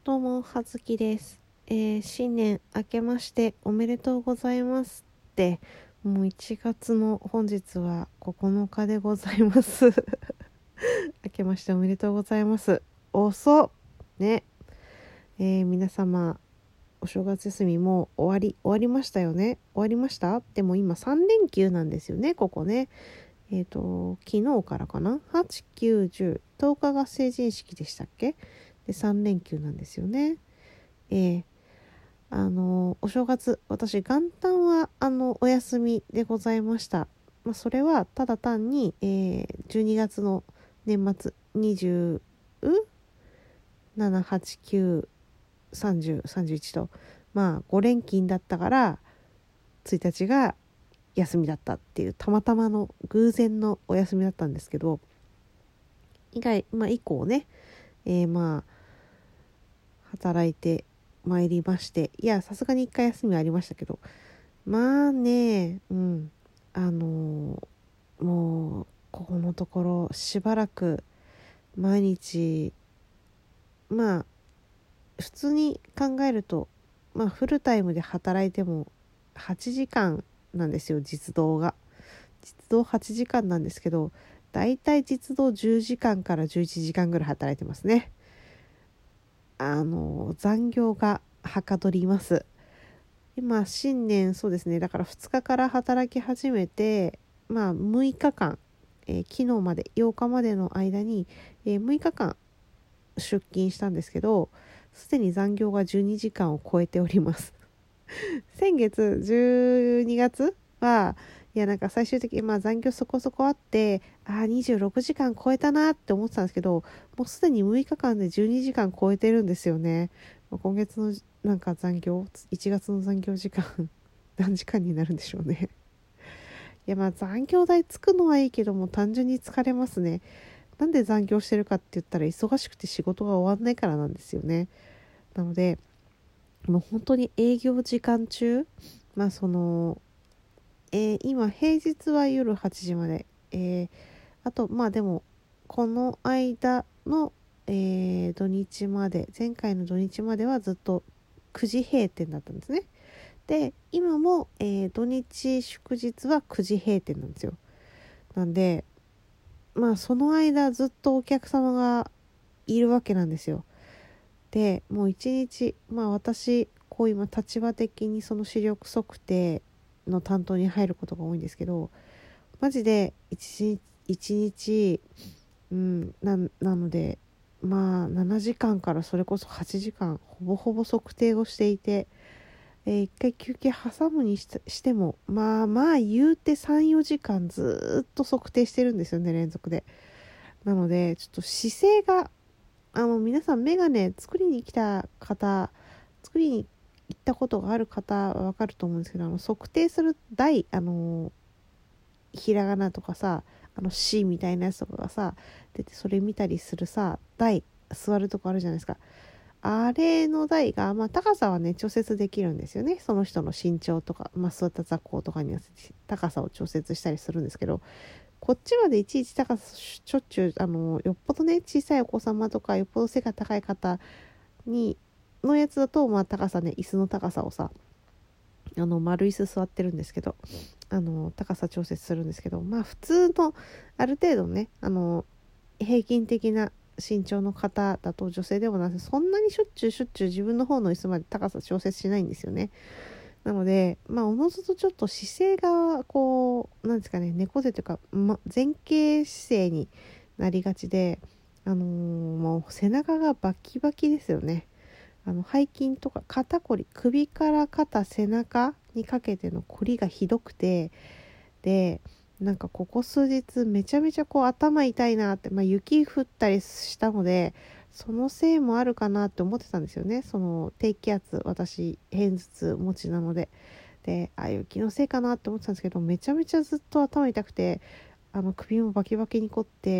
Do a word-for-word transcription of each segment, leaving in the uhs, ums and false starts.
どうも、はずきです、えー、新年明けましておめでとうございますって、もういちがつの本日はここのかでございます明けましておめでとうございます。遅っね、えー、皆様お正月休みもう終わり終わりましたよね。終わりました。でも今さんれんきゅうなんですよね、ここね。えっ、ー、と昨日からかな、はち、く、じゅう、とおかが成人式でしたっけ。でさんれんきゅうなんですよね。えー、あのお正月、私元旦はあのお休みでございました。まあ、それはただ単に、えー、じゅうにがつの年末にじゅうなな、はち、きゅう、さんじゅう、さんじゅういちとまあご連勤だったからついたちが休みだったっていうたまたまの偶然のお休みだったんですけど、以外、まあ、以降ね、えー、まあ働いてまいりまして、いやさすがに一回休みありましたけど、まあね、うんあのー、もうここのところしばらく毎日、まあ普通に考えると、まあフルタイムで働いてもはちじかんなんですよ。実働が実働はちじかんなんですけど、だいたい実働じゅうじかんからじゅういちじかんぐらい働いてますね。あの残業がはかどります。今新年、そうですね、だからふつかから働き始めて、まあむいかかん、えー、昨日までようかまでの間に、えー、むいかかん出勤したんですけど、すでに残業がじゅうにじかんを超えております先月じゅうにがつはいやなんか最終的にまあ残業そこそこあって、ああにじゅうろくじかん超えたなって思ってたんですけど、もうすでにむいかかんでじゅうにじかん超えてるんですよね。今月のなんか残業、いちがつの残業時間何時間になるんでしょうね。いやまあ残業代つくのはいいけども単純に疲れますね。なんで残業してるかって言ったら忙しくて仕事が終わんないからなんですよね。なのでもう本当に営業時間中、まあその、えー、今平日は夜はちじまで、えー、あとまあでもこの間の、えー、土日まで、前回の土日まではずっとくじ閉店だったんですね。で今も、えー、土日祝日はくじ閉店なんですよ。なんでまあその間ずっとお客様がいるわけなんですよ。でもう一日、まあ私こう今立場的にその視力測定の担当に入ることが多いんですけど、マジで一日一日、うん、な, なのでまあななじかんからそれこそはちじかんほぼほぼ測定をしていて、えー、一回休憩挟むにし て, してもまあまあ言うてさん、よじかんずっと測定してるんですよね、連続で。なのでちょっと姿勢が、あの皆さんメガネ作りに来た方、作りに行ったことがある方はわかると思うんですけど、あの測定する台、あのひらがなとかさ、あの C みたいなやつとかがさ出て、それ見たりするさ台、座るとこあるじゃないですか。あれの台が、まあ、高さはね調節できるんですよね。その人の身長とか、まあ、座った座高とかに合わせて高さを調節したりするんですけど、こっちまでいちいち高さしょっちゅう、あのよっぽどね小さいお子様とかよっぽど背が高い方にのやつだと、まあ高さね、椅子の高さをさ、あの丸椅子座ってるんですけど、あの高さ調節するんですけど、まあ普通のある程度ね、あの平均的な身長の方だと、女性でもなくそんなにしょっちゅうしょっちゅう自分の方の椅子まで高さ調節しないんですよね。なのでまあおのずとちょっと姿勢がこうなんですかね、猫背というか、ま、前傾姿勢になりがちで、あのー、もう背中がバキバキですよね。あの背筋とか肩こり、首から肩背中にかけてのこりがひどくて、でなんかここ数日めちゃめちゃこう頭痛いなって、まあ、雪降ったりしたのでそのせいもあるかなって思ってたんですよね。その低気圧、私片頭痛持ちなので、であ雪のせいかなって思ってたんですけど、めちゃめちゃずっと頭痛くて、あの首もバキバキに凝って、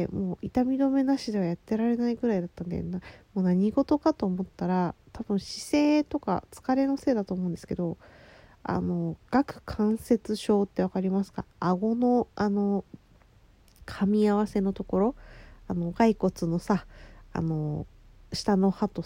もう痛み止めなしではやってられないぐらいだったんで、なもう何事かと思ったら多分姿勢とか疲れのせいだと思うんですけど、あの顎関節症ってわかりますか？顎のあの噛み合わせのところ、あの骸骨のさ、あの下の歯とさ、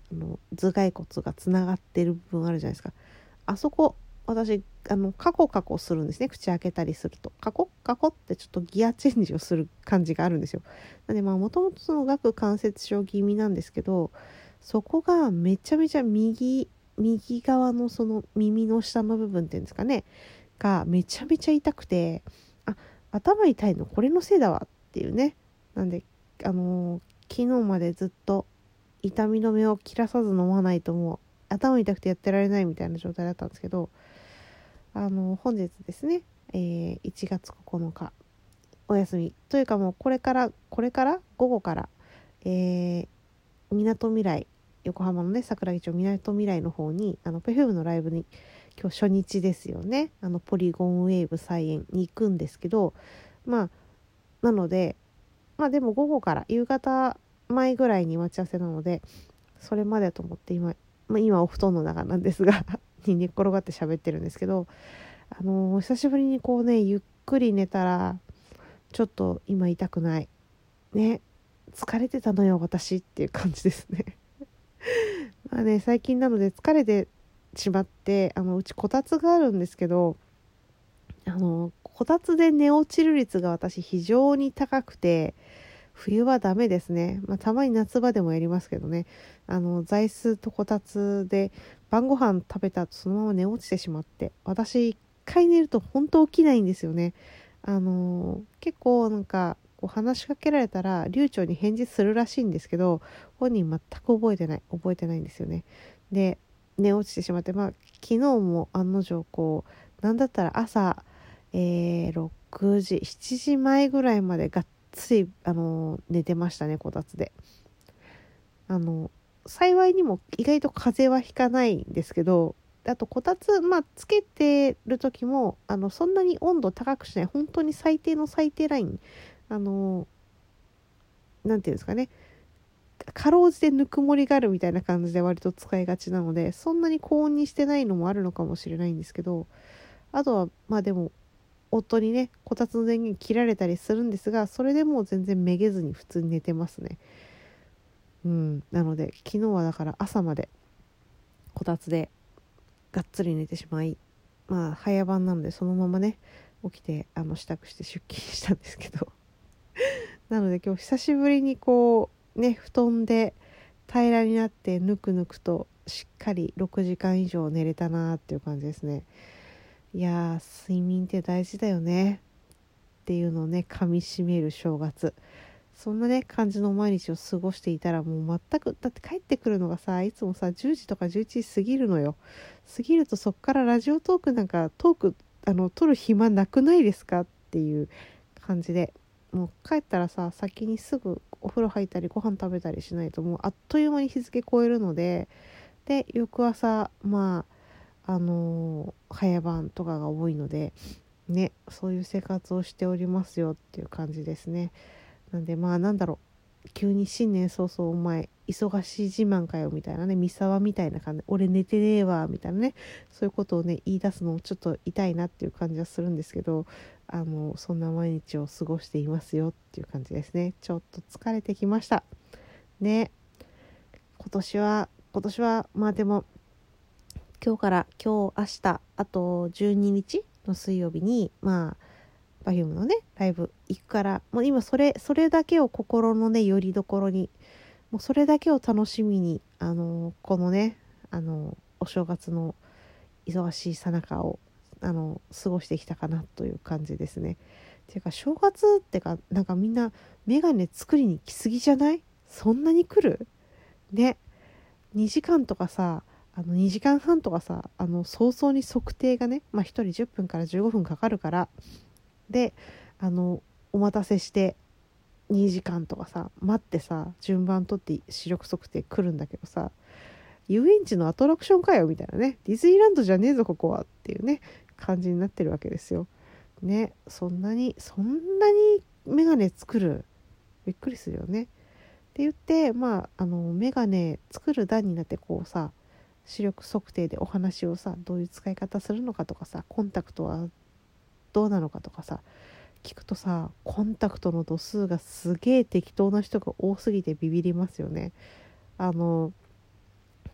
あの頭蓋骨がつながってる部分あるじゃないですか。あそこ私あのカコカコするんですね。口開けたりするとカコカコってちょっとギアチェンジをする感じがあるんですよ。なんでまあもともとその顎関節症気味なんですけど、そこがめちゃめちゃ右右側のその耳の下の部分っていうんですかねがめちゃめちゃ痛くて、あ、頭痛いのこれのせいだわっていうね。なんであのー昨日までずっと痛み止めを切らさず飲まないともう頭痛くてやってられないみたいな状態だったんですけど、あの本日ですね、えー、いちがつここのかお休みというか、もうこれからこれから午後から、えー、みなとみらい、横浜のね桜木町みなとみらいの方にあのペフームのライブに今日初日ですよね、あのポリゴンウェーブ再演に行くんですけど、まあなのでまあでも午後から夕方前ぐらいに待ち合わせなので、それまでと思って今、まあ、今お布団の中なんですがに寝っ転がって喋ってるんですけど、あのー、久しぶりにこうねゆっくり寝たらちょっと今痛くないね、疲れてたのよ私っていう感じですねまあね最近なので疲れてしまって、あのうちこたつがあるんですけど、あのこたつで寝落ちる率が私非常に高くて、冬はダメですね。まあ、たまに夏場でもやりますけどね。あの座椅子とこたつで晩ご飯食べた後そのまま寝落ちてしまって、私一回寝ると本当起きないんですよね。あの結構なんかこう話しかけられたら流暢に返事するらしいんですけど、本人全く覚えてない覚えてないんですよね。で寝落ちてしまって、まあ昨日も案の定こうなんだったら朝、えー、ろくじしちじまえぐらいまでがっつりあの寝てましたね、こたつで。あの幸いにも意外と風邪はひかないんですけど、あとこたつ、まあ、つけてる時もあのそんなに温度高くしない、本当に最低の最低ライン、あのなんていうんですかね、かろうじてぬくもりがあるみたいな感じで割と使いがちなので、そんなに高温にしてないのもあるのかもしれないんですけど、あとはまあでも夫にねこたつの電源切られたりするんですが、それでもう全然めげずに普通に寝てますね。うん、なので昨日はだから朝までこたつでがっつり寝てしまい、まあ早番なのでそのままね起きてあの支度して出勤したんですけどなので今日久しぶりにこうね布団で平らになってぬくぬくとしっかりろくじかん以上寝れたなっていう感じですね。いやー睡眠って大事だよねっていうのをね噛みしめる正月、そんなね感じの毎日を過ごしていたら、もう全くだって帰ってくるのがさいつもさじゅうじとかじゅういちじ過ぎるのよ。過ぎるとそっからラジオトークなんかトークあの撮る暇なくないですかっていう感じで、もう帰ったらさ先にすぐお風呂入ったりご飯食べたりしないともうあっという間に日付超えるので、で翌朝まああのー早番とかが多いのでね、そういう生活をしておりますよっていう感じですね。なんでまあなんだろう、急に新年早々お前忙しい自慢かよみたいなね、三沢みたいな感じで俺寝てねえわみたいなね、そういうことをね言い出すのもちょっと痛いなっていう感じはするんですけど、あのそんな毎日を過ごしていますよっていう感じですね。ちょっと疲れてきましたね。今年は今年はまあでも今日から今日明日あとじゅうににちの水曜日にまあPerfumeのねライブ行くから、もう今それそれだけを心のね拠り所に、もうそれだけを楽しみにあのこのねあのお正月の忙しい最中をあの過ごしてきたかなという感じですね。ていうか正月ってかなんかみんなメガネ作りに来すぎじゃない？そんなに来る？ね、にじかんとかさあのにじかんはんとかさ、あの早々に測定がね、まあひとりじゅっぷんからじゅうごふんかかるから、であのお待たせしてにじかんとかさ待ってさ順番取って視力測定来るんだけどさ、遊園地のアトラクションかよみたいなね、ディズニーランドじゃねえぞここはっていうね感じになってるわけですよね。そんなにそんなにメガネ作る？びっくりするよねって言って、まああのメガネ作る段になってこうさ視力測定でお話をさどういう使い方するのかとかさ、コンタクトはどうなのかとかさ聞くとさ、コンタクトの度数がすげえ適当な人が多すぎてビビりますよね。あの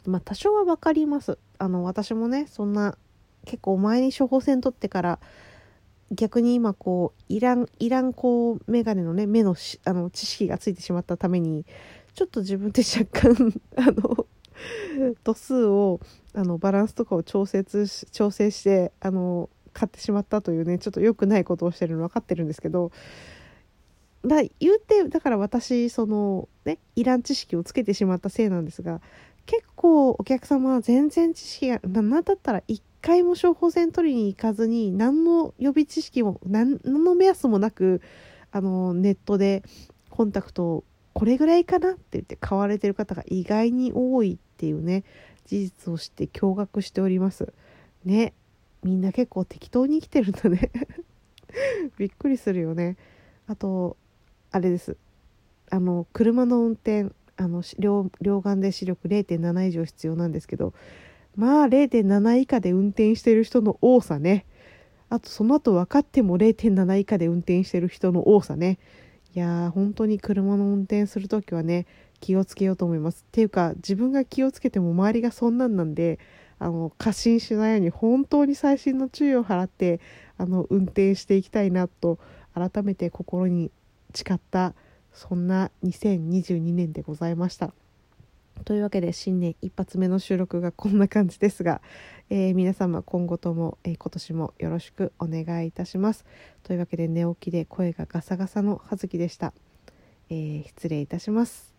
まあ多少は分かります。あの私もねそんな結構前に処方箋取ってから逆に今こういらんいらんこう眼鏡のね目のしあの知識がついてしまったためにちょっと自分で若干あの度数をあのバランスとかを調節し調整してあの買ってしまったというねちょっと良くないことをしてるの分かってるんですけど、だ言うてだから私そのねいらん知識をつけてしまったせいなんですが、結構お客様は全然知識が何だったら一回も処方箋取りに行かずに何の予備知識も何の目安もなくあのネットでコンタクトをこれぐらいかなって言って買われてる方が意外に多いっていうね事実を知って驚愕しておりますね。みんな結構適当に生きてるんだねびっくりするよね。あとあれです、あの車の運転あの両両眼で視力 れいてんなな 以上必要なんですけど、まあ れいてんなな 以下で運転してる人の多さね。あとその後分かっても れいてんなな 以下で運転してる人の多さね。いやー本当に車の運転するときはね気をつけようと思います。っていうか自分が気をつけても周りがそんなんなんで、あの過信しないように本当に細心の注意を払ってあの運転していきたいなと改めて心に誓ったそんなにせんにじゅうにねんでございました。というわけで新年一発目の収録がこんな感じですが、えー、皆様今後とも、えー、今年もよろしくお願いいたします。というわけで寝起きで声がガサガサの葉月でした。えー、失礼いたします。